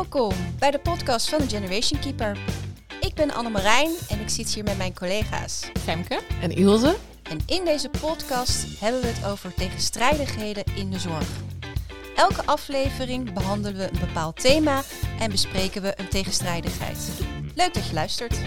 Welkom bij de podcast van de Generation Keeper. Ik ben Annemarijn en ik zit hier met mijn collega's Femke en Ilse. En in deze podcast hebben we het over tegenstrijdigheden in de zorg. Elke aflevering behandelen we een bepaald thema en bespreken we een tegenstrijdigheid. Leuk dat je luistert.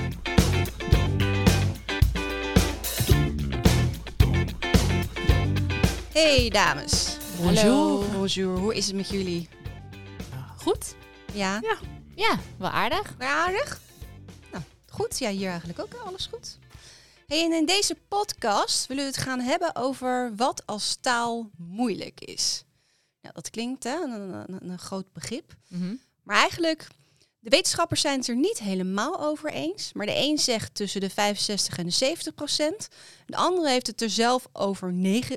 Hey dames. Bonjour. Bonjour. Hoe is het met jullie? goed? Ja? Ja, wel aardig. Aardig? Nou, goed. Ja, hier eigenlijk ook. Alles goed. Hey, en in deze podcast willen we het gaan hebben over wat als taal moeilijk is. Ja, dat klinkt een groot begrip. Mm-hmm. Maar eigenlijk, de wetenschappers zijn het er niet helemaal over eens. Maar de een zegt tussen de 65 en de 70%. De andere heeft het er zelf over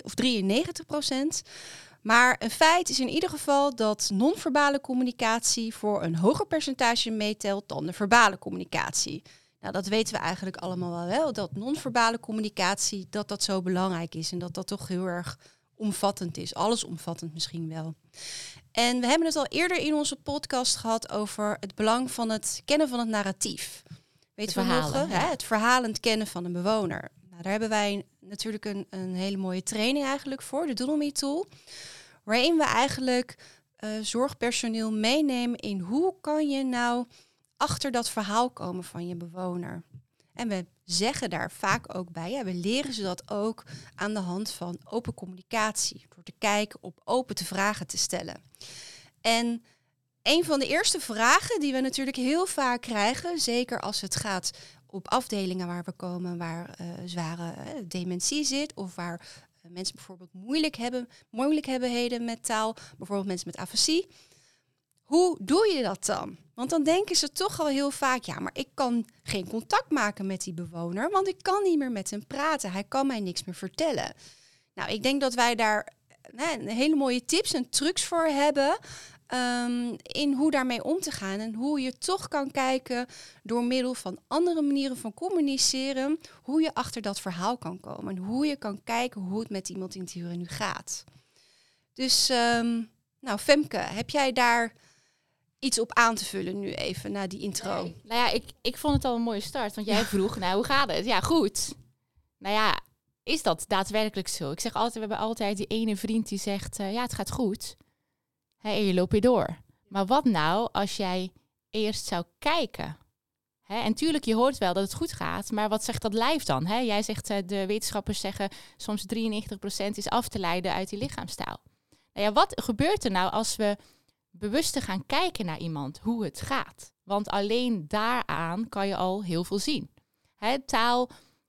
93%. Maar een feit is in ieder geval dat non-verbale communicatie voor een hoger percentage meetelt dan de verbale communicatie. Nou, dat weten we eigenlijk allemaal wel, dat non-verbale communicatie, dat zo belangrijk is en dat toch heel erg omvattend is. Allesomvattend misschien wel. En we hebben het al eerder in onze podcast gehad over het belang van het kennen van het narratief. Weet je nog? Ja. Het verhalend kennen van een bewoner. Nou, daar hebben wij natuurlijk een hele mooie training eigenlijk voor, de Doodle Me Tool. Waarin we eigenlijk zorgpersoneel meenemen in hoe kan je nou achter dat verhaal komen van je bewoner. En we zeggen daar vaak ook bij, we leren ze dat ook aan de hand van open communicatie. Door te kijken op open te vragen te stellen. En een van de eerste vragen die we natuurlijk heel vaak krijgen, zeker als het gaat op afdelingen waar we komen, waar zware dementie zit of waar mensen bijvoorbeeld moeilijkheden met taal, bijvoorbeeld mensen met afasie. Hoe doe je dat dan? Want dan denken ze toch al heel vaak, ja, maar ik kan geen contact maken met die bewoner, want ik kan niet meer met hem praten. Hij kan mij niks meer vertellen. Nou, ik denk dat wij daar hele mooie tips en trucs voor hebben in hoe daarmee om te gaan. En hoe je toch kan kijken door middel van andere manieren van communiceren, hoe je achter dat verhaal kan komen. En hoe je kan kijken hoe het met iemand in het hier en nu gaat. Dus, Femke, heb jij daar iets op aan te vullen nu even, na die intro? Nee. Nou ja, ik vond het al een mooie start, want jij vroeg, hoe gaat het? Ja, goed. Nou ja, is dat daadwerkelijk zo? Ik zeg altijd, we hebben altijd die ene vriend die zegt, het gaat goed. En je loopt weer door. Maar wat nou als jij eerst zou kijken? En tuurlijk, je hoort wel dat het goed gaat, maar wat zegt dat lijf dan? Jij zegt, de wetenschappers zeggen, soms 93% is af te leiden uit die lichaamstaal. Nou ja, wat gebeurt er nou als we bewust gaan kijken naar iemand, hoe het gaat? Want alleen daaraan kan je al heel veel zien. Taal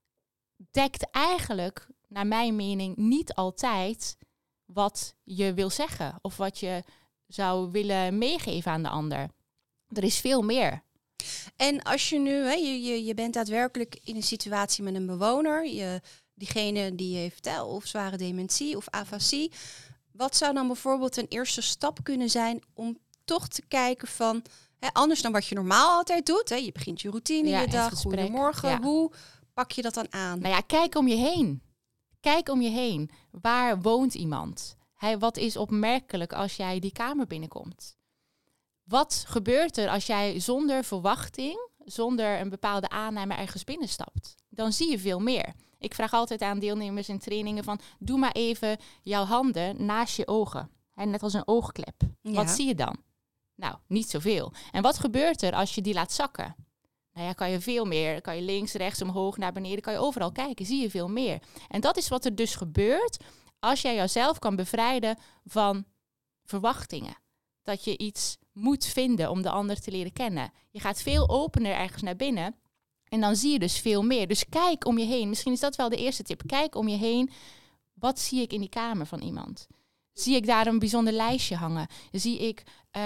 dekt eigenlijk, naar mijn mening, niet altijd wat je wil zeggen of wat je zou willen meegeven aan de ander. Er is veel meer. En als je nu, je bent daadwerkelijk in een situatie met een bewoner, diegene die heeft of zware dementie of afasie, wat zou dan bijvoorbeeld een eerste stap kunnen zijn om toch te kijken van, anders dan wat je normaal altijd doet, je begint je routine, je dag, goedemorgen, hoe pak je dat dan aan? Nou ja, kijk om je heen. Kijk om je heen. Waar woont iemand? Wat is opmerkelijk als jij die kamer binnenkomt? Wat gebeurt er als jij zonder verwachting, zonder een bepaalde aanname ergens binnenstapt? Dan zie je veel meer. Ik vraag altijd aan deelnemers in trainingen van, doe maar even jouw handen naast je ogen. Net als een oogklep. Ja. Wat zie je dan? Nou, niet zoveel. En wat gebeurt er als je die laat zakken? Nou ja, kan je veel meer. Kan je links, rechts, omhoog, naar beneden. Kan je overal kijken. Zie je veel meer. En dat is wat er dus gebeurt als jij jezelf kan bevrijden van verwachtingen. Dat je iets moet vinden om de ander te leren kennen. Je gaat veel opener ergens naar binnen. En dan zie je dus veel meer. Dus kijk om je heen. Misschien is dat wel de eerste tip. Kijk om je heen. Wat zie ik in die kamer van iemand? Zie ik daar een bijzonder lijstje hangen? Zie ik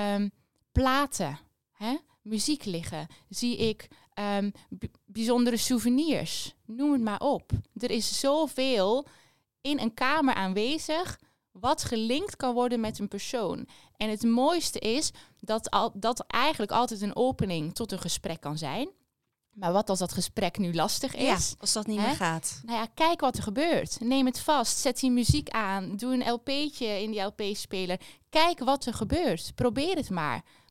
platen, muziek liggen? Zie ik bijzondere souvenirs? Noem het maar op. Er is zoveel in een kamer aanwezig wat gelinkt kan worden met een persoon. En het mooiste is dat eigenlijk altijd een opening tot een gesprek kan zijn. Maar wat als dat gesprek nu lastig is? Ja, als dat niet meer gaat. Nou ja, kijk wat er gebeurt. Neem het vast. Zet die muziek aan. Doe een LP'tje in die LP-speler. Kijk wat er gebeurt. Probeer het maar.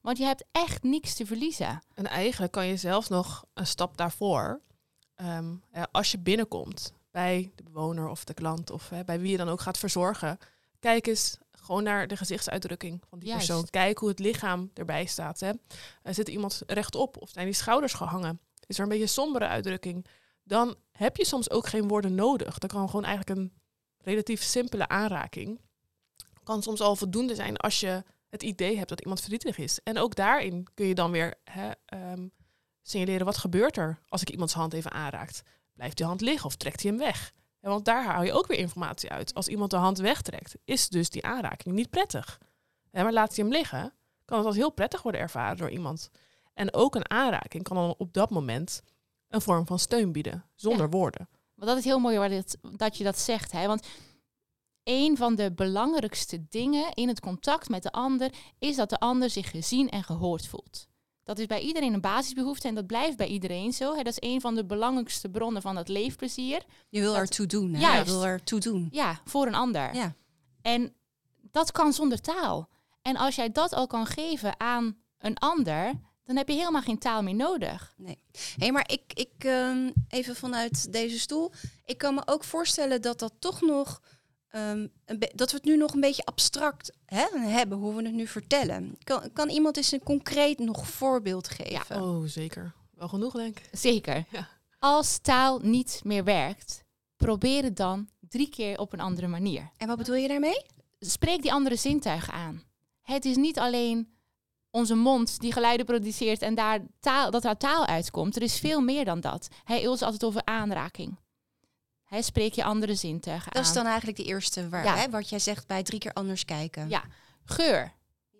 Want je hebt echt niks te verliezen. En eigenlijk kan je zelfs nog een stap daarvoor, als je binnenkomt bij de bewoner of de klant of bij wie je dan ook gaat verzorgen, kijk eens gewoon naar de gezichtsuitdrukking van die persoon. Kijk hoe het lichaam erbij staat. Hè. Zit iemand rechtop of zijn die schouders gehangen? Is er een beetje een sombere uitdrukking? Dan heb je soms ook geen woorden nodig. Dan kan gewoon eigenlijk een relatief simpele aanraking kan soms al voldoende zijn als je het idee hebt dat iemand verdrietig is. En ook daarin kun je dan weer signaleren, wat gebeurt er als ik iemands hand even aanraakt? Blijft die hand liggen of trekt hij hem weg? Want daar haal je ook weer informatie uit. Als iemand de hand wegtrekt, is dus die aanraking niet prettig. Maar laat hij hem liggen, kan het als heel prettig worden ervaren door iemand. En ook een aanraking kan dan op dat moment een vorm van steun bieden, zonder woorden. Want dat is heel mooi dat je dat zegt. Hè? Want een van de belangrijkste dingen in het contact met de ander is dat de ander zich gezien en gehoord voelt. Dat is bij iedereen een basisbehoefte en dat blijft bij iedereen zo. Hè? Dat is een van de belangrijkste bronnen van het leefplezier. Je wil ertoe doen. Hè? Juist. Je wil ertoe doen. Ja, voor een ander. Ja. En dat kan zonder taal. En als jij dat al kan geven aan een ander, dan heb je helemaal geen taal meer nodig. Nee. Hey, maar ik even vanuit deze stoel. Ik kan me ook voorstellen dat dat toch nog dat we het nu nog een beetje abstract hebben, hoe we het nu vertellen. Kan iemand eens een concreet nog voorbeeld geven? Ja. Oh, zeker. Wel genoeg, denk ik. Zeker. Ja. Als taal niet meer werkt, probeer het dan 3 keer op een andere manier. En wat bedoel je daarmee? Spreek die andere zintuigen aan. Het is niet alleen onze mond die geluiden produceert en daar taal uitkomt. Er is veel meer dan dat. Hij is altijd over aanraking. Spreek je andere zintuigen aan. Dat is dan eigenlijk de eerste wat jij zegt bij 3 keer anders kijken. Ja, geur.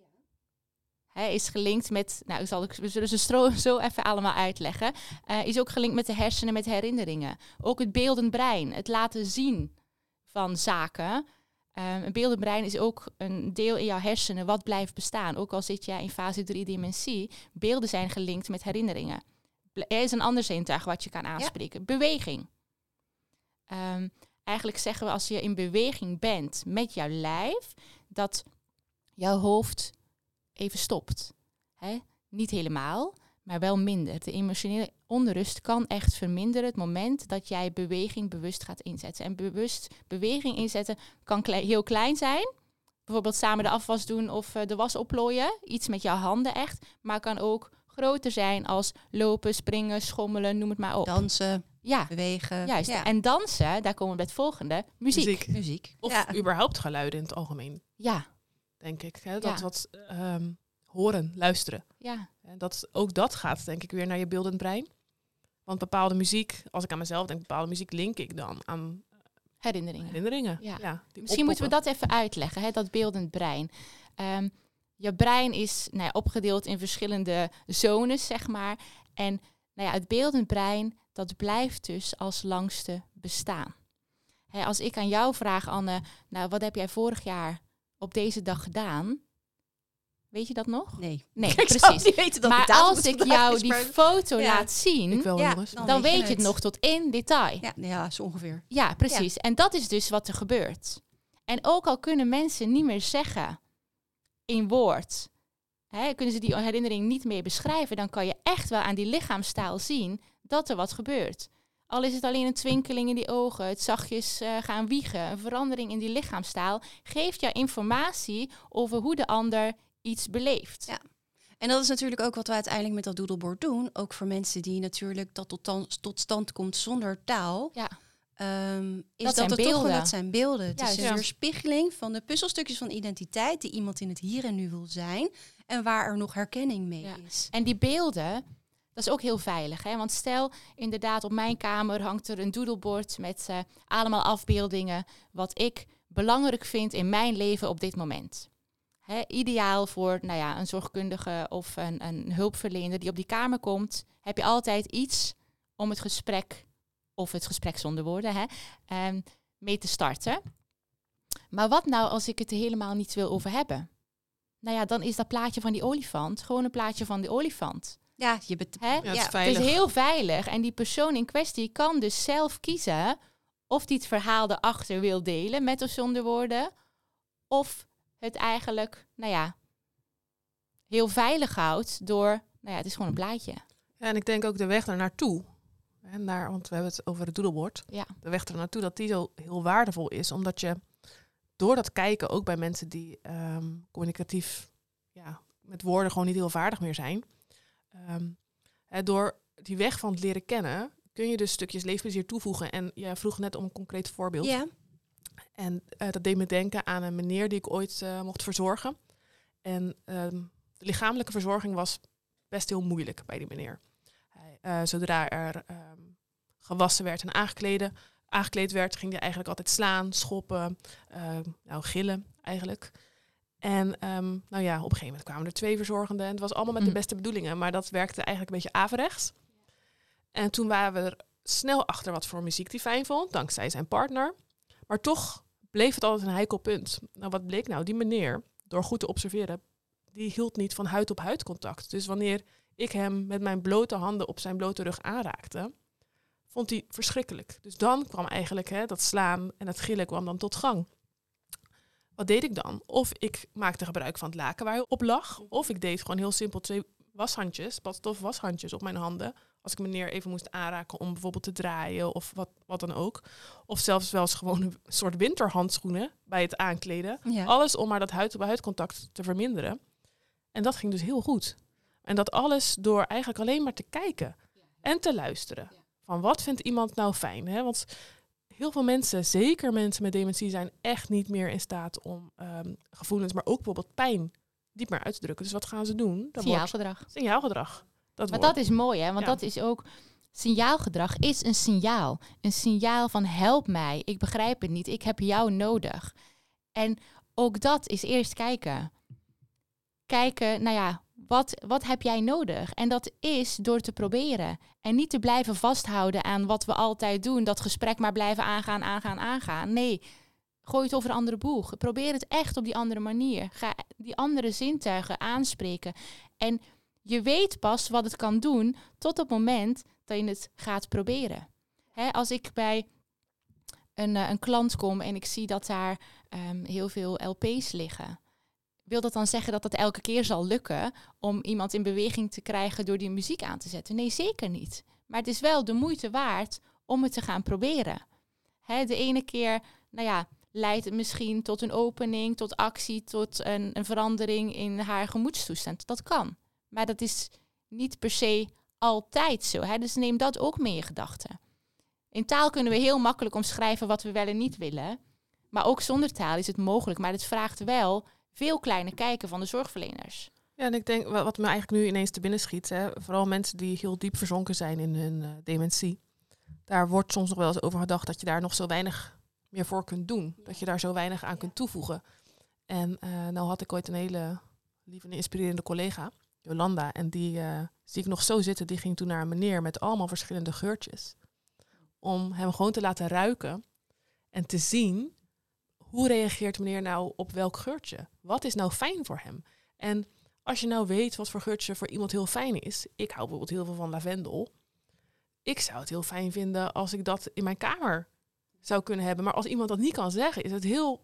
Is gelinkt met, we zullen ze zo even allemaal uitleggen. Is ook gelinkt met de hersenen, met herinneringen. Ook het beeldend brein, het laten zien van zaken. Een beeldend brein is ook een deel in jouw hersenen wat blijft bestaan. Ook al zit jij in fase 3-dimensie, beelden zijn gelinkt met herinneringen. Er is een ander zintuig wat je kan aanspreken. Ja. Beweging. Eigenlijk zeggen we als je in beweging bent met jouw lijf, dat jouw hoofd even stopt. Niet helemaal, maar wel minder. De emotionele onrust kan echt verminderen het moment dat jij beweging bewust gaat inzetten. En bewust beweging inzetten kan heel klein zijn. Bijvoorbeeld samen de afwas doen of de was opplooien. Iets met jouw handen echt. Maar kan ook groter zijn als lopen, springen, schommelen, noem het maar op. Dansen, bewegen. Juist. Ja. En dansen, daar komen we bij het volgende. Muziek. Of überhaupt geluiden in het algemeen. Ja. Denk ik. Dat wat horen, luisteren. Ja. En ook dat gaat denk ik weer naar je beeldend brein. Want bepaalde muziek, als ik aan mezelf denk, bepaalde muziek link ik dan aan herinneringen. Ja. Misschien moeten we dat even uitleggen, dat beeldend brein. Je brein is opgedeeld in verschillende zones, zeg maar. En het beeldend brein, dat blijft dus als langste bestaan. Als ik aan jou vraag, Anne, wat heb jij vorig jaar op deze dag gedaan? Weet je dat nog? Nee, precies. Niet weten dat maar als ik jou die foto laat zien, dan weet je het nog tot in detail. Ja, zo ongeveer. Ja, precies. Ja. En dat is dus wat er gebeurt. En ook al kunnen mensen niet meer zeggen in woord, kunnen ze die herinnering niet meer beschrijven, dan kan je echt wel aan die lichaamstaal zien dat er wat gebeurt. Al is het alleen een twinkeling in die ogen, het zachtjes gaan wiegen, een verandering in die lichaamstaal, geeft jou informatie over hoe de ander iets beleeft. Ja. En dat is natuurlijk ook wat we uiteindelijk met dat doodleboard doen. Ook voor mensen die natuurlijk dat tot stand komt zonder taal. Ja. Dat zijn beelden. Dat zijn beelden. Het is een weerspiegeling van de puzzelstukjes van identiteit die iemand in het hier en nu wil zijn. En waar er nog herkenning mee is. En die beelden, dat is ook heel veilig. Want stel, inderdaad, op mijn kamer hangt er een doodlebord met allemaal afbeeldingen. Wat ik belangrijk vind in mijn leven op dit moment. Ideaal voor een zorgkundige of een hulpverlener die op die kamer komt. Heb je altijd iets om het gesprek, of het gesprek zonder woorden, mee te starten. Maar wat nou als ik het er helemaal niet wil over hebben? Dan is dat plaatje van die olifant gewoon een plaatje van die olifant. Ja, het is veilig. Het is heel veilig. En die persoon in kwestie kan dus zelf kiezen of die het verhaal erachter wil delen met of zonder woorden. Of het eigenlijk, heel veilig houdt door, het is gewoon een plaatje. Ja, en ik denk ook de weg daar naartoe. Want we hebben het over het doedelbord. Ja. De weg er naartoe, dat die zo heel waardevol is. Omdat je door dat kijken, ook bij mensen die communicatief met woorden gewoon niet heel vaardig meer zijn. Door die weg van het leren kennen, kun je dus stukjes leefplezier toevoegen. En jij vroeg net om een concreet voorbeeld. Ja. En dat deed me denken aan een meneer die ik ooit mocht verzorgen. En de lichamelijke verzorging was best heel moeilijk bij die meneer. Zodra er gewassen werd en aangekleed werd, ging hij eigenlijk altijd slaan, schoppen, gillen eigenlijk. En op een gegeven moment kwamen er 2 verzorgenden en het was allemaal met de beste bedoelingen, maar dat werkte eigenlijk een beetje averechts. En toen waren we er snel achter wat voor muziek hij fijn vond, dankzij zijn partner. Maar toch bleef het altijd een heikel punt. Nou, wat bleek nou? Die meneer, door goed te observeren, die hield niet van huid-op-huid contact. Dus wanneer ik hem met mijn blote handen op zijn blote rug aanraakte, vond hij verschrikkelijk. Dus dan kwam eigenlijk dat slaan en het gillen kwam dan tot gang. Wat deed ik dan? Of ik maakte gebruik van het laken waar hij op lag, of ik deed gewoon heel simpel 2 washandjes, badstof washandjes op mijn handen, als ik meneer even moest aanraken om bijvoorbeeld te draaien of wat dan ook. Of zelfs wel eens gewoon een soort winterhandschoenen bij het aankleden. Ja. Alles om maar dat huid-op-huid contact te verminderen. En dat ging dus heel goed. En dat alles door eigenlijk alleen maar te kijken en te luisteren. Van wat vindt iemand nou fijn? Hè? Want heel veel mensen, zeker mensen met dementie, zijn echt niet meer in staat om gevoelens, maar ook bijvoorbeeld pijn, niet meer uit te drukken. Dus wat gaan ze doen? Signaalgedrag. Dat is mooi, hè? Want dat is ook... Signaalgedrag is een signaal. Een signaal van help mij, ik begrijp het niet, ik heb jou nodig. En ook dat is eerst kijken. Kijken, wat heb jij nodig? En dat is door te proberen. En niet te blijven vasthouden aan wat we altijd doen. Dat gesprek maar blijven aangaan. Nee, gooi het over een andere boeg. Probeer het echt op die andere manier. Ga die andere zintuigen aanspreken. En je weet pas wat het kan doen tot het moment dat je het gaat proberen. Als ik bij een klant kom en ik zie dat daar heel veel LP's liggen, wil dat dan zeggen dat het elke keer zal lukken om iemand in beweging te krijgen door die muziek aan te zetten? Nee, zeker niet. Maar het is wel de moeite waard om het te gaan proberen. De ene keer, leidt het misschien tot een opening, tot actie, tot een verandering in haar gemoedstoestand. Dat kan. Maar dat is niet per se altijd zo. Dus neem dat ook mee in gedachten. In taal kunnen we heel makkelijk omschrijven wat we wel en niet willen. Maar ook zonder taal is het mogelijk. Maar het vraagt wel veel kleiner kijken van de zorgverleners. Ja, en ik denk, wat me eigenlijk nu ineens te binnen schiet, vooral mensen die heel diep verzonken zijn in hun dementie, daar wordt soms nog wel eens over gedacht dat je daar nog zo weinig meer voor kunt doen. Dat je daar zo weinig aan kunt toevoegen. En nou had ik ooit een hele lieve en inspirerende collega, Jolanda, en die zie ik nog zo zitten. Die ging toen naar een meneer met allemaal verschillende geurtjes. Om hem gewoon te laten ruiken en te zien, hoe reageert meneer nou op welk geurtje? Wat is nou fijn voor hem? En als je nou weet wat voor geurtje voor iemand heel fijn is. Ik hou bijvoorbeeld heel veel van lavendel. Ik zou het heel fijn vinden als ik dat in mijn kamer zou kunnen hebben. Maar als iemand dat niet kan zeggen, is het heel,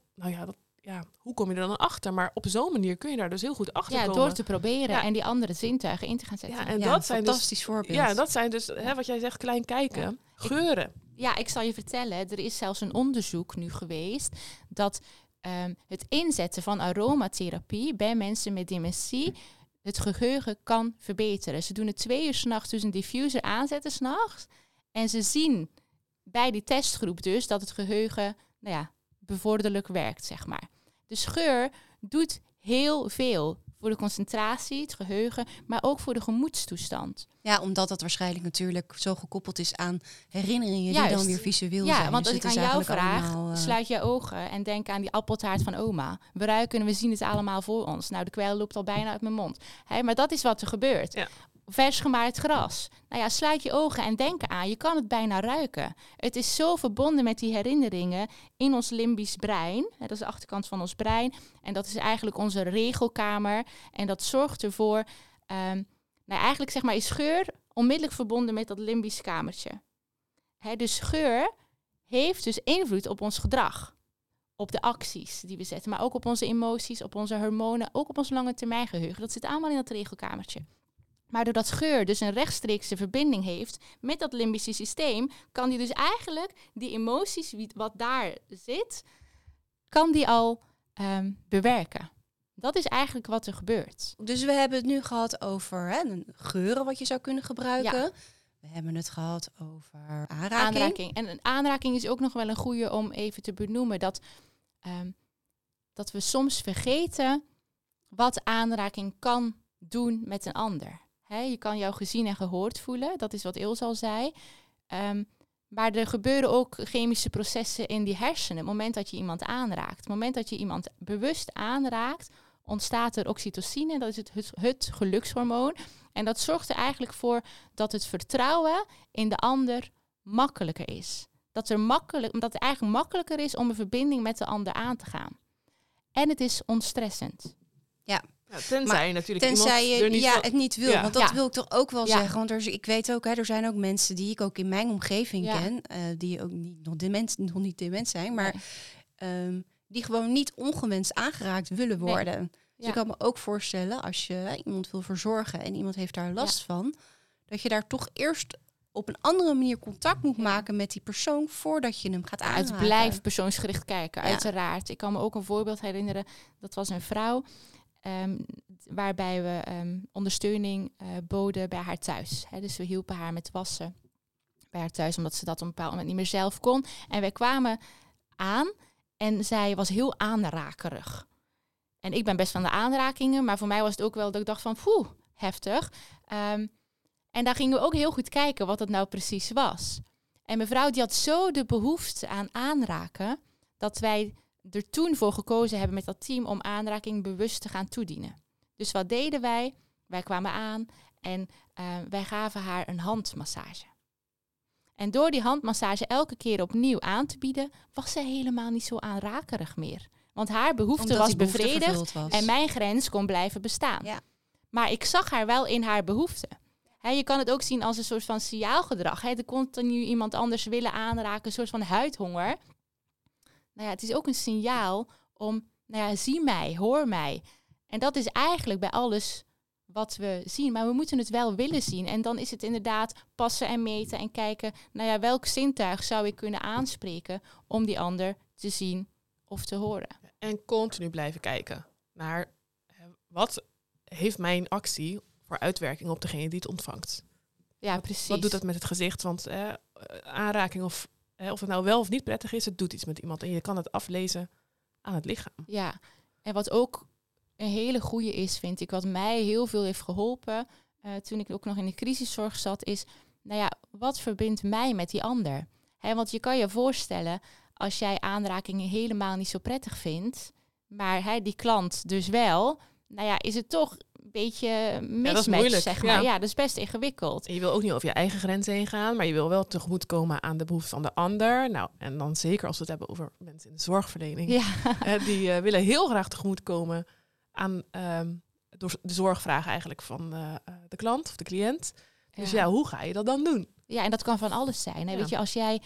hoe kom je er dan achter? Maar op zo'n manier kun je daar dus heel goed achter komen. Ja, door te proberen en die andere zintuigen in te gaan zetten. Ja, en dat zijn fantastisch dus, voorbeeld. Ja, dat zijn dus, wat jij zegt, klein kijken, geuren. Ik zal je vertellen, er is zelfs een onderzoek nu geweest dat het inzetten van aromatherapie bij mensen met dementie het geheugen kan verbeteren. Ze doen het 2 uur 's nachts, dus een diffuser aanzetten 's nachts. En ze zien bij die testgroep dus dat het geheugen, bevorderlijk werkt, zeg maar. De geur doet heel veel voor de concentratie, het geheugen, maar ook voor de gemoedstoestand. Ja, omdat dat waarschijnlijk natuurlijk zo gekoppeld is aan herinneringen Juist. die dan weer visueel zijn. Ja, want als Dus ik het aan is jou eigenlijk vraag, allemaal, sluit je ogen en denk aan die appeltaart van oma. We ruiken en we zien het allemaal voor ons. Nou, de kwel loopt al bijna uit mijn mond. Maar dat is wat er gebeurt. Ja. Vers gemaaid gras. Sluit je ogen en denk aan. Je kan het bijna ruiken. Het is zo verbonden met die herinneringen in ons limbisch brein. Dat is de achterkant van ons brein. En dat is eigenlijk onze regelkamer. En dat zorgt ervoor... eigenlijk zeg maar is geur onmiddellijk verbonden met dat limbisch kamertje. Dus geur heeft dus invloed op ons gedrag. op de acties die we zetten, maar ook op onze emoties, op onze hormonen, ook op ons lange termijn geheugen. Dat zit allemaal in dat regelkamertje. Maar doordat geur dus een rechtstreekse verbinding heeft met dat limbische systeem, kan die dus eigenlijk die emoties, wat daar zit, kan die al bewerken. Dat is eigenlijk wat er gebeurt. Dus we hebben het nu gehad over geuren wat je zou kunnen gebruiken. Ja. We hebben het gehad over Aanraking. En een aanraking is ook nog wel een goede om even te benoemen. Dat we soms vergeten wat aanraking kan doen met een ander. Je kan jou gezien en gehoord voelen. Dat is wat Ilse al zei. Maar er gebeuren ook chemische processen in die hersenen. Het moment dat je iemand aanraakt. Het moment dat je iemand bewust aanraakt, ontstaat er oxytocine. Dat is het gelukshormoon. En dat zorgt er eigenlijk voor dat het vertrouwen in de ander makkelijker is. Dat het eigenlijk makkelijker is om een verbinding met de ander aan te gaan. En het is ontstressend. Ja. Ja, tenzij je er niet het niet wil. Ja. Want dat wil ik toch ook wel Ja. zeggen. Want ik weet ook, er zijn ook mensen die ik ook in mijn omgeving Ja. ken. Die ook nog niet dement zijn. Maar die gewoon niet ongewenst aangeraakt willen worden. Dus ik kan me ook voorstellen, als je iemand wil verzorgen en iemand heeft daar last van, dat je daar toch eerst op een andere manier contact moet maken met die persoon voordat je hem gaat aanraken. Het blijft persoonsgericht kijken, Ja. uiteraard. Ik kan me ook een voorbeeld herinneren. Dat was een vrouw waarbij we ondersteuning boden bij haar thuis. Dus we hielpen haar met wassen bij haar thuis, omdat ze dat op een bepaald moment niet meer zelf kon. En wij kwamen aan en zij was heel aanrakerig. En ik ben best van de aanrakingen, maar voor mij was het ook wel dat ik dacht van, heftig. En daar gingen we ook heel goed kijken wat het nou precies was. En mevrouw die had zo de behoefte aan aanraken, dat wij er toen voor gekozen hebben met dat team om aanraking bewust te gaan toedienen. Dus wat deden wij? Wij kwamen aan en wij gaven haar een handmassage. En door die handmassage elke keer opnieuw aan te bieden, was ze helemaal niet zo aanrakerig meer. Want haar behoefte was bevredigd en mijn grens kon blijven bestaan. Ja. Maar ik zag haar wel in haar behoefte. Je kan het ook zien als een soort van signaalgedrag. Er continu iemand anders willen aanraken, een soort van huidhonger. Het is ook een signaal om, zie mij, hoor mij. En dat is eigenlijk bij alles wat we zien. Maar we moeten het wel willen zien. En dan is het inderdaad passen en meten en kijken, welk zintuig zou ik kunnen aanspreken om die ander te zien of te horen. En continu blijven kijken naar wat heeft mijn actie voor uitwerking op degene die het ontvangt. Ja, precies. Wat doet dat met het gezicht? Want aanraking of het nou wel of niet prettig is, het doet iets met iemand. En je kan het aflezen aan het lichaam. Ja, en wat ook een hele goede is, vind ik, wat mij heel veel heeft geholpen, toen ik ook nog in de crisiszorg zat, is, wat verbindt mij met die ander? Want je kan je voorstellen, als jij aanrakingen helemaal niet zo prettig vindt, maar die klant dus wel, is het toch een beetje mismatch, zeg maar. Ja, dat is best ingewikkeld. En je wil ook niet over je eigen grenzen heen gaan, maar je wil wel tegemoetkomen aan de behoeften van de ander. Nou, en dan zeker als we het hebben over mensen in de zorgverlening. Ja. Die willen heel graag tegemoetkomen aan door de zorgvragen eigenlijk van de klant of de cliënt. Dus hoe ga je dat dan doen? Ja, en dat kan van alles zijn. Weet je, als jij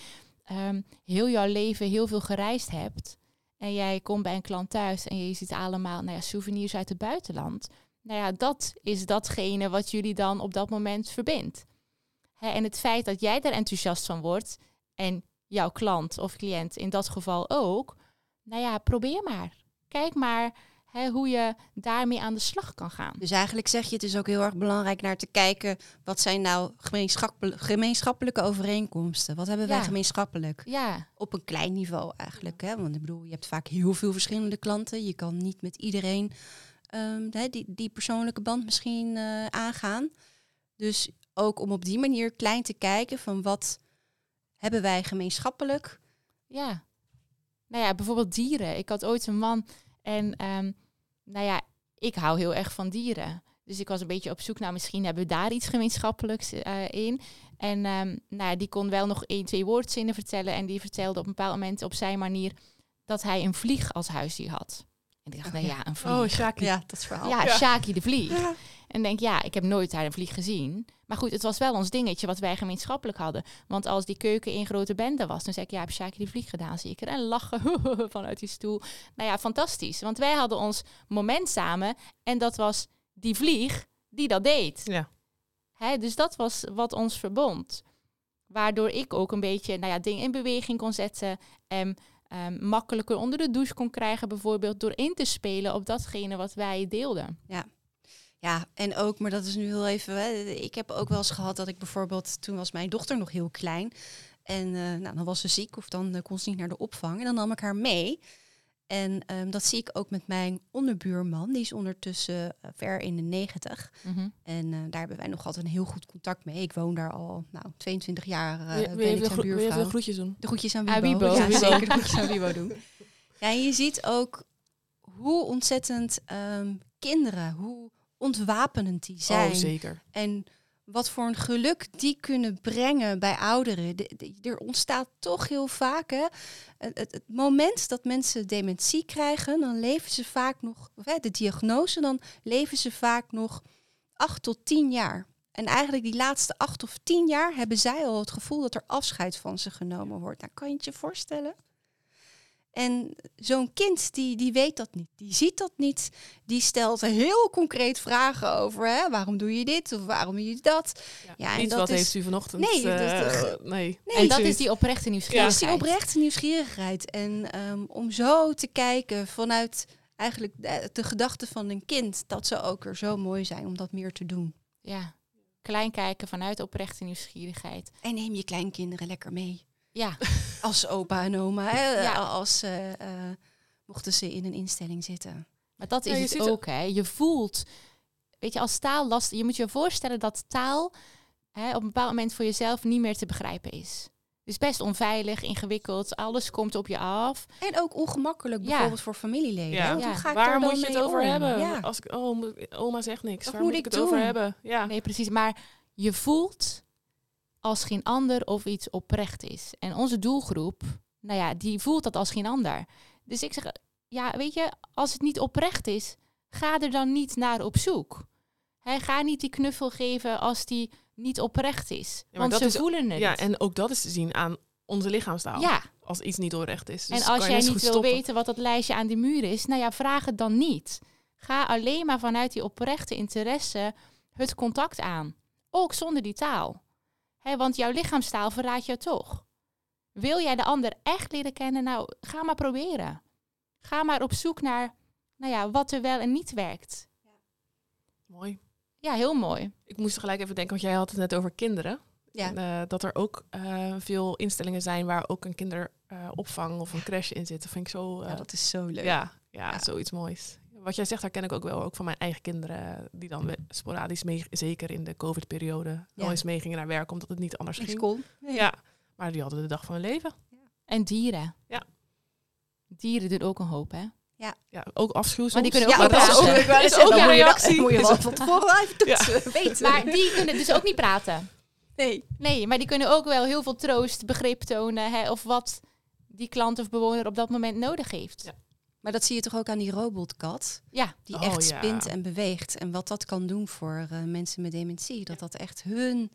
heel jouw leven heel veel gereisd hebt en jij komt bij een klant thuis en je ziet allemaal souvenirs uit het buitenland. Dat is datgene wat jullie dan op dat moment verbindt. En het feit dat jij daar enthousiast van wordt en jouw klant of cliënt in dat geval ook, probeer maar. Kijk maar hoe je daarmee aan de slag kan gaan. Dus eigenlijk zeg je, het is ook heel erg belangrijk naar te kijken, wat zijn nou gemeenschappelijke overeenkomsten? Wat hebben wij gemeenschappelijk? Ja. Op een klein niveau eigenlijk. Want ik bedoel, je hebt vaak heel veel verschillende klanten. Je kan niet met iedereen die persoonlijke band misschien aangaan. Dus ook om op die manier klein te kijken van wat hebben wij gemeenschappelijk? Ja. Bijvoorbeeld dieren. Ik had ooit een man en ik hou heel erg van dieren. Dus ik was een beetje op zoek naar misschien hebben we daar iets gemeenschappelijks in. En die kon wel nog 1-2 woordzinnen vertellen. En die vertelde op een bepaald moment op zijn manier dat hij een vlieg als huisdier had. En ik dacht, een vlieg. Oh, Shaki. Ja, dat verhaal. Ja, Shaki de vlieg. Ja. En denk, ja, ik heb nooit daar een vlieg gezien. Maar goed, het was wel ons dingetje wat wij gemeenschappelijk hadden. Want als die keuken in grote bende was, dan zei ik, ja, heb Sjaakje die vlieg gedaan, zeker? En lachen vanuit die stoel. Nou ja, fantastisch. Want wij hadden ons moment samen en dat was die vlieg die dat deed. Ja. Dus dat was wat ons verbond. Waardoor ik ook een beetje dingen in beweging kon zetten. En makkelijker onder de douche kon krijgen. Bijvoorbeeld door in te spelen op datgene wat wij deelden. Ja, en ook, maar dat is nu heel even... Hè, ik heb ook wel eens gehad dat ik bijvoorbeeld... Toen was mijn dochter nog heel klein. En dan was ze ziek of dan kon ze niet naar de opvang. En dan nam ik haar mee. En dat zie ik ook met mijn onderbuurman. Die is ondertussen ver in de 90. Mm-hmm. En daar hebben wij nog altijd een heel goed contact mee. Ik woon daar al 22 jaar. Wil je ben ik zijn even buurvrouw. de groetjes doen? De groetjes aan Aan Wibo. Wibo. Ja, Wibo. zeker de groetjes aan Wibo doen. Ja, en je ziet ook hoe ontzettend kinderen, hoe ontwapenend die zijn. Oh, zeker. En wat voor een geluk die kunnen brengen bij ouderen. Er ontstaat toch heel vaak, hè, het moment dat mensen dementie krijgen, dan leven ze vaak nog, de diagnose, dan leven ze vaak nog 8 tot 10 jaar. En eigenlijk die laatste 8 of 10 jaar hebben zij al het gevoel dat er afscheid van ze genomen wordt. Nou, kan je het je voorstellen? En zo'n kind, die weet dat niet. Die ziet dat niet. Die stelt heel concreet vragen over... Hè, waarom doe je dit of waarom doe je dat? Ja, en Niet dat wat is... heeft u vanochtend... Nee, nee. En dat is die oprechte nieuwsgierigheid. Dat is die oprechte nieuwsgierigheid. En om zo te kijken vanuit eigenlijk de gedachte van een kind... dat zou ook er zo mooi zijn om dat meer te doen. Ja, klein kijken vanuit oprechte nieuwsgierigheid. En neem je kleinkinderen lekker mee. Ja. Als opa en oma, hè? Ja. Als mochten ze in een instelling zitten. Maar dat is Ja, je het ziet ook, hè. Je voelt, weet je, als taal lastig... Je moet je voorstellen dat taal op een bepaald moment voor jezelf niet meer te begrijpen is. Het is best onveilig, ingewikkeld, alles komt op je af. En ook ongemakkelijk, bijvoorbeeld voor familieleden. Ja. Want Ja. hoe ga ik Waar daar dan moet je het mee over om? hebben? Ja. Als ik, oma zegt niks. Wat Waar moet moet ik ik het over doen? hebben? Ja. Nee, precies. Maar je voelt als geen ander of iets oprecht is. En onze doelgroep, die voelt dat als geen ander. Dus ik zeg, ja, weet je, als het niet oprecht is, ga er dan niet naar op zoek. Ga niet die knuffel geven als die niet oprecht is. Ja, want dat ze is, voelen het. Ja, en ook dat is te zien aan onze lichaamstaal. Ja. Als iets niet oprecht is. Dus En als kan je jij net zo niet goed wil stoppen. weten wat dat lijstje aan die muur is, vraag het dan niet. Ga alleen maar vanuit die oprechte interesse het contact aan. Ook zonder die taal. Want jouw lichaamstaal verraadt je toch. Wil jij de ander echt leren kennen? Nou, ga maar proberen. Ga maar op zoek naar wat er wel en niet werkt. Mooi. Ja, heel mooi. Ik moest tegelijk even denken, want jij had het net over kinderen. Ja. En, dat er ook veel instellingen zijn waar ook een kinderopvang of een crash in zit. Dat vind ik zo... Ja, dat is zo leuk. Ja, zoiets moois. Wat jij zegt, daar ken ik ook wel. Ook van mijn eigen kinderen, die dan sporadisch mee, zeker in de COVID-periode, nog eens mee gingen naar werk, omdat het niet anders Niks ging. kon. Nee. Ja, maar die hadden de dag van hun leven. En dieren. Ja. Dieren doen ook een hoop, hè? Ja, ook afschuw Maar die soms. kunnen ook Ja, niet dat is ook, praten. ik wou net Is ook zeggen, een dan reactie. moet je wat van tevoren even weten. Maar die kunnen dus ook niet praten. nee. Nee, maar die kunnen ook wel heel veel troost, begrip tonen, of wat die klant of bewoner op dat moment nodig heeft. Ja. Maar dat zie je toch ook aan die robotkat? Ja. Die Oh, echt ja. spint en beweegt. En wat dat kan doen voor mensen met dementie. Dat echt hun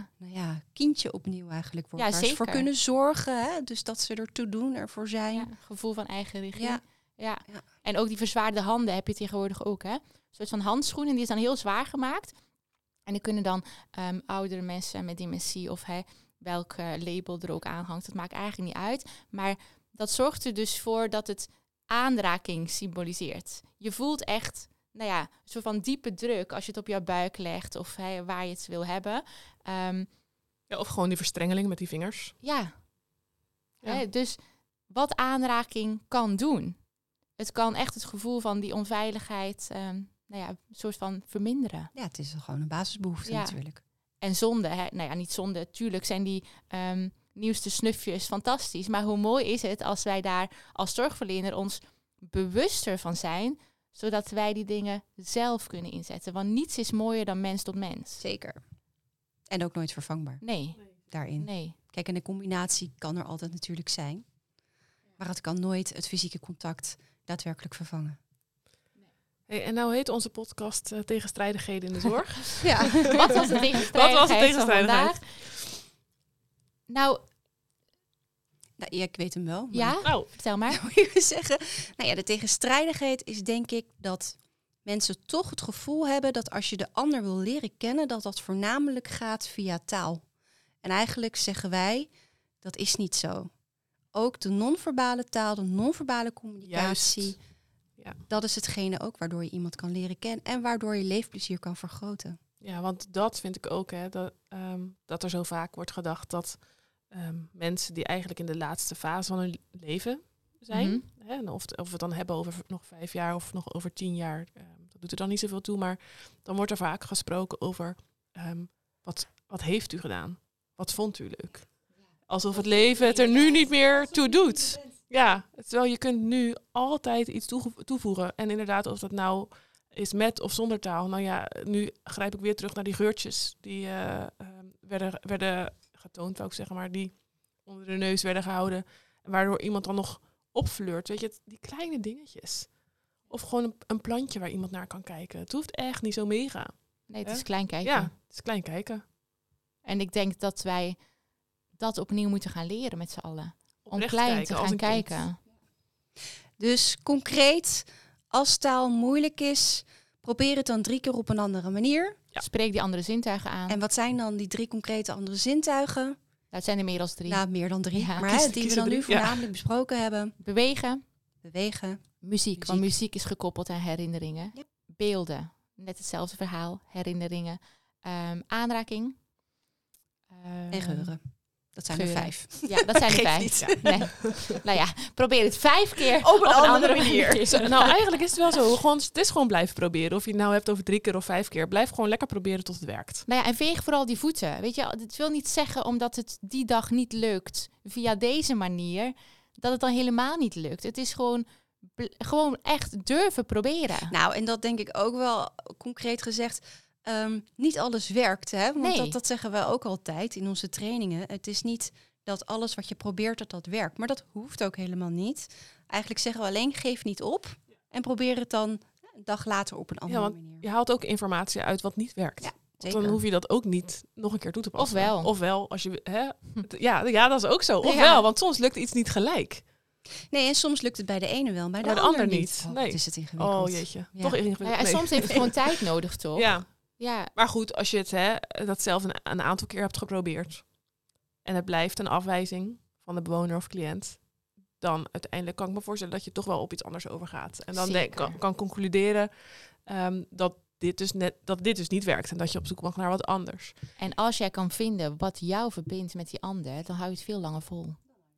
kindje opnieuw eigenlijk wordt. Ja, waar ze zeker. voor kunnen zorgen. Hè? Dus dat ze ertoe doen, ervoor zijn. Ja, gevoel van eigen regie. Ja. Ja. Ja. En ook die verzwaarde handen heb je tegenwoordig ook, hè? Een soort van handschoenen, die is dan heel zwaar gemaakt. En die kunnen dan oudere mensen met dementie of welk label er ook aan hangt, dat maakt eigenlijk niet uit. Maar dat zorgt er dus voor dat het aanraking symboliseert. Je voelt echt, een soort van diepe druk als je het op jouw buik legt of waar je het wil hebben. Ja, of gewoon die verstrengeling met die vingers. Ja. Ja. Dus wat aanraking kan doen. Het kan echt het gevoel van die onveiligheid een soort van verminderen. Ja, het is gewoon een basisbehoefte Ja. natuurlijk. En zonde, niet zonde, tuurlijk zijn die nieuwste snufjes fantastisch. Maar hoe mooi is het als wij daar als zorgverlener ons bewuster van zijn, zodat wij die dingen zelf kunnen inzetten. Want niets is mooier dan mens tot mens. Zeker. En ook nooit vervangbaar Nee, daarin. nee. Kijk, en de combinatie kan er altijd natuurlijk zijn. Maar het kan nooit het fysieke contact daadwerkelijk vervangen. Hey, en nou heet onze podcast Tegenstrijdigheden in de zorg. Ja. Wat was de tegenstrijdigheid van vandaag? Nou, Ja, ik weet hem wel. Maar ja? Nou, Vertel maar. moet je zeggen. Nou ja, de tegenstrijdigheid is denk ik dat mensen toch het gevoel hebben dat als je de ander wil leren kennen, dat dat voornamelijk gaat via taal. En eigenlijk zeggen wij, dat is niet zo. Ook de non-verbale taal, de non-verbale communicatie, Juist. Ja. dat is hetgene ook waardoor je iemand kan leren kennen en waardoor je leefplezier kan vergroten. Ja, want dat vind ik ook, hè, dat er zo vaak wordt gedacht dat mensen die eigenlijk in de laatste fase van hun leven zijn, hè, en of we het dan hebben over nog 5 jaar of nog over 10 jaar, dat doet er dan niet zoveel toe, maar dan wordt er vaak gesproken over wat heeft u gedaan? Wat vond u leuk? Alsof het leven het er nu niet meer toe doet. Ja, terwijl je kunt nu altijd iets toevoegen. En inderdaad, of dat nou is met of zonder taal. Nou ja, nu grijp ik weer terug naar die geurtjes die werden getoond, wou ik zeggen, maar die onder de neus werden gehouden. En waardoor iemand dan nog opfleurt. Weet je, die kleine dingetjes. Of gewoon een plantje waar iemand naar kan kijken. Het hoeft echt niet zo mega. Nee, het is klein kijken. Ja, het is klein kijken. En ik denk dat wij dat opnieuw moeten gaan leren met z'n allen. Om Oprecht klein kijken te als gaan een kind. kijken. Dus concreet, als taal moeilijk is, probeer het dan 3 keer op een andere manier. Ja. Spreek die andere zintuigen aan. En wat zijn dan die 3 concrete andere zintuigen? Nou, het zijn er meer dan 3. Nou, meer dan 3. Ja. Maar Kies- die kies we dan er nu 3, ja. voornamelijk besproken hebben. Bewegen, Bewegen. muziek. Want muziek is gekoppeld aan herinneringen. Yep. Beelden, net hetzelfde verhaal. Herinneringen. Aanraking. En geuren. Dat zijn geuren. er 5. Ja, dat zijn er Geeft 5. niet. Nee. Nou ja, probeer het 5 keer Op een andere manier. Nou, eigenlijk is het wel zo. Het is gewoon blijven proberen. Of je het nou hebt over 3 keer of 5 keer. Blijf gewoon lekker proberen tot het werkt. Nou ja, en veeg vooral die voeten. Weet je, het wil niet zeggen omdat het die dag niet lukt via deze manier, dat het dan helemaal niet lukt. Het is gewoon echt durven proberen. Nou, en dat denk ik ook wel concreet gezegd. Niet alles werkt, hè? Want Nee. dat zeggen we ook altijd in onze trainingen. Het is niet dat alles wat je probeert, dat werkt. Maar dat hoeft ook helemaal niet. Eigenlijk zeggen we alleen, geef niet op. En probeer het dan een dag later op een andere manier. Je haalt ook informatie uit wat niet werkt. Ja, Want zeker. dan hoef je dat ook niet nog een keer toe te passen. Ofwel, als je... Ja, dat is ook zo. Ofwel, want soms lukt iets niet gelijk. Nee, en soms lukt het bij de ene wel, bij de, Bij de ander ander niet. niet. Oh, Nee. wat is het ingewikkeld. Oh jeetje, Ja. toch ingewikkeld. Nou ja, en Nee. soms heeft het gewoon tijd nodig, toch? Ja, Ja. maar goed, als je het dat zelf een aantal keer hebt geprobeerd en het blijft een afwijzing van de bewoner of cliënt, dan uiteindelijk kan ik me voorstellen dat je toch wel op iets anders overgaat. En dan Zeker. kan concluderen dat dit dus niet werkt en dat je op zoek mag naar wat anders. En als jij kan vinden wat jou verbindt met die ander, dan hou je het veel langer vol.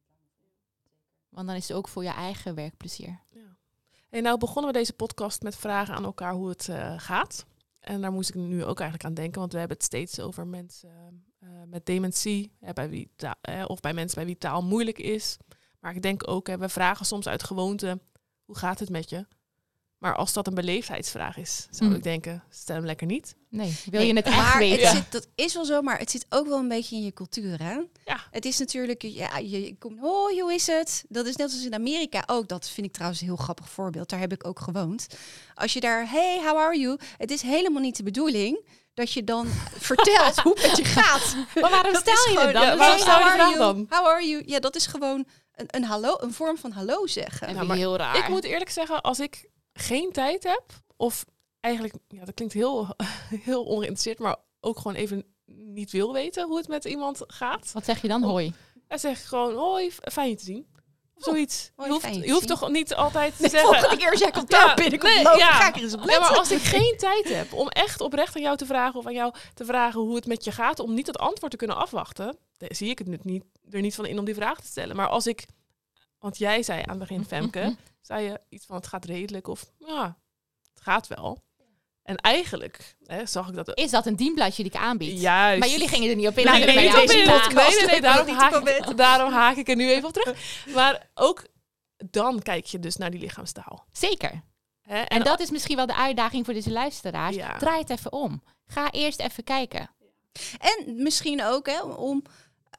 Want dan is het ook voor je eigen werkplezier. Ja. Hey, nou begonnen we deze podcast met vragen aan elkaar hoe het gaat. En daar moest ik nu ook eigenlijk aan denken, want we hebben het steeds over mensen met dementie, of bij mensen bij wie taal moeilijk is. Maar ik denk ook, we vragen soms uit gewoonte, hoe gaat het met je? Maar als dat een beleefdheidsvraag is, zou ik denken, stel hem lekker niet. Nee, wil je het echt maar weten? dat is wel zo, maar het zit ook wel een beetje in je cultuur, hè? Ja. Het is natuurlijk, je komt, hoi, hoe is het? Dat is net als in Amerika ook. Dat vind ik trouwens een heel grappig voorbeeld. Daar heb ik ook gewoond. Als je daar, hey, how are you? Het is helemaal niet de bedoeling dat je dan vertelt hoe het met je gaat. Maar waarom Dat stel is je gewoon, het dan? ja, Dat waarom is stel je how de are vraag you? dan? How are you? Ja, dat is gewoon een hallo, een vorm van hallo zeggen. Dat Ja, vind maar ik heel raar. Ik moet eerlijk zeggen, als ik geen tijd heb, of eigenlijk, ja, dat klinkt heel, heel ongeïnteresseerd, maar ook gewoon even niet wil weten hoe het met iemand gaat. Wat zeg je dan? Hoi. Dan zeg ik gewoon, hoi, fijn je te zien. Of zoiets. hoi, fijn je te Je hoeft zien. toch niet altijd te De zeggen... volgende keer als jij kantoor binnenkomt lopen, ga ik er eens op Ja, letten. maar als ik geen tijd heb om echt oprecht aan jou te vragen of aan jou te vragen hoe het met je gaat, om niet het antwoord te kunnen afwachten, dan zie ik het er niet van in om die vraag te stellen. Maar als ik, want jij zei aan het begin, Femke, zei je iets van het gaat redelijk of ja, het gaat wel. En eigenlijk zag ik dat... Is dat een dienbladje die ik aanbied? Juist. Maar jullie gingen er niet op in. Nou, Ik nee, ben niet bij op jou. in. Ja. podcast. Nee, Niet daarom haak ik er nu even op terug. Maar ook dan kijk je dus naar die lichaamstaal. Zeker. Hè? En dat is misschien wel de uitdaging voor deze luisteraars. Ja. Draai het even om. Ga eerst even kijken. En misschien ook om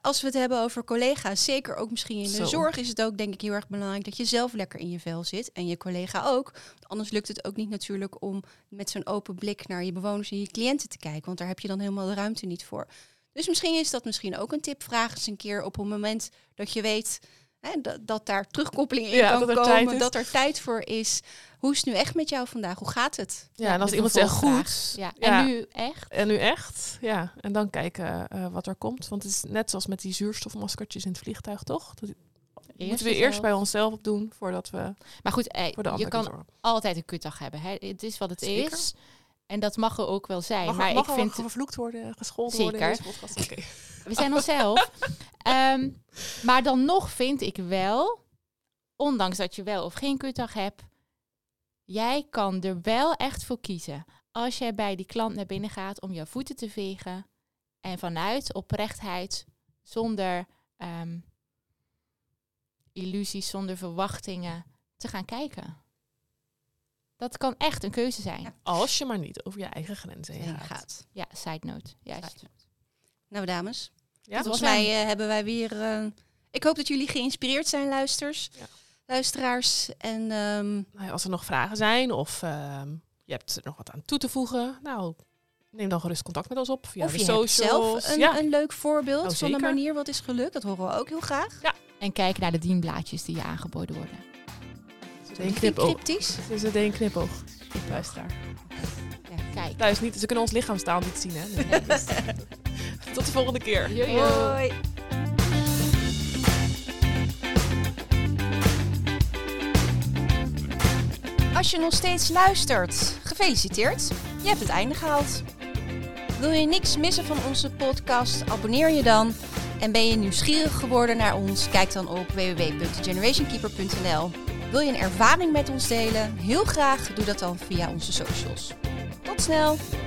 als we het hebben over collega's, zeker ook misschien in de Zo. zorg, is het ook denk ik heel erg belangrijk dat je zelf lekker in je vel zit. En je collega ook. Want anders lukt het ook niet natuurlijk om met zo'n open blik naar je bewoners en je cliënten te kijken. Want daar heb je dan helemaal de ruimte niet voor. Dus misschien is dat misschien ook een tip. Vraag eens een keer op een moment dat je weet dat daar terugkoppeling in kan dat er tijd komen. is. Dat er tijd voor is. Hoe is het nu echt met jou vandaag? Hoe gaat het? Ja, en als de iemand zegt vervolgvraag. goed. Ja. Ja. En nu echt? En nu echt? Ja, en dan kijken wat er komt. Want het is net zoals met die zuurstofmaskertjes in het vliegtuig, toch? Dat moeten we eerst jezelf. bij onszelf op doen voordat we Maar goed, voor de je anderen kan zorgen. altijd een kutdag hebben. Hè? Het is wat het Zeker. is. En dat mag er ook wel zijn. Mag, maar mag ik er vind, vervloekt worden, gescholden worden in Zeker. deze podcast? Oké. we zijn onszelf. Maar dan nog vind ik wel, ondanks dat je wel of geen kutdag hebt, jij kan er wel echt voor kiezen. Als jij bij die klant naar binnen gaat om jouw voeten te vegen en vanuit oprechtheid, zonder illusies, zonder verwachtingen, te gaan kijken. Dat kan echt een keuze zijn. Ja. Als je maar niet over je eigen grenzen heen Heen gaat. gaat. Ja, side note. Juist. Nou dames, Ja? Dat was volgens mij hebben wij weer... ik hoop dat jullie geïnspireerd zijn, Ja. luisteraars. En Nou ja, als er nog vragen zijn of je hebt er nog wat aan toe te voegen, nou, neem dan gerust contact met ons op via of de je hebt socials. zelf Ja. een leuk voorbeeld Nou, van een zeker. manier wat is gelukt. Dat horen we ook heel graag. En kijk naar de dienblaadjes die je aangeboden worden. Ze deed een knipoog. Cryptisch. Ze deed een knipoog. Luisteraar. Ja, kijk. Thuis niet, ze kunnen ons lichaamstaal niet zien, hè? Nee, dus- Tot de volgende keer. Jojo. Hoi. Als je nog steeds luistert, gefeliciteerd. Je hebt het einde gehaald. Wil je niks missen van onze podcast? Abonneer je dan. En ben je nieuwsgierig geworden naar ons? Kijk dan op www.generationkeeper.nl. Wil je een ervaring met ons delen? Heel graag, doe dat dan via onze socials. Tot snel!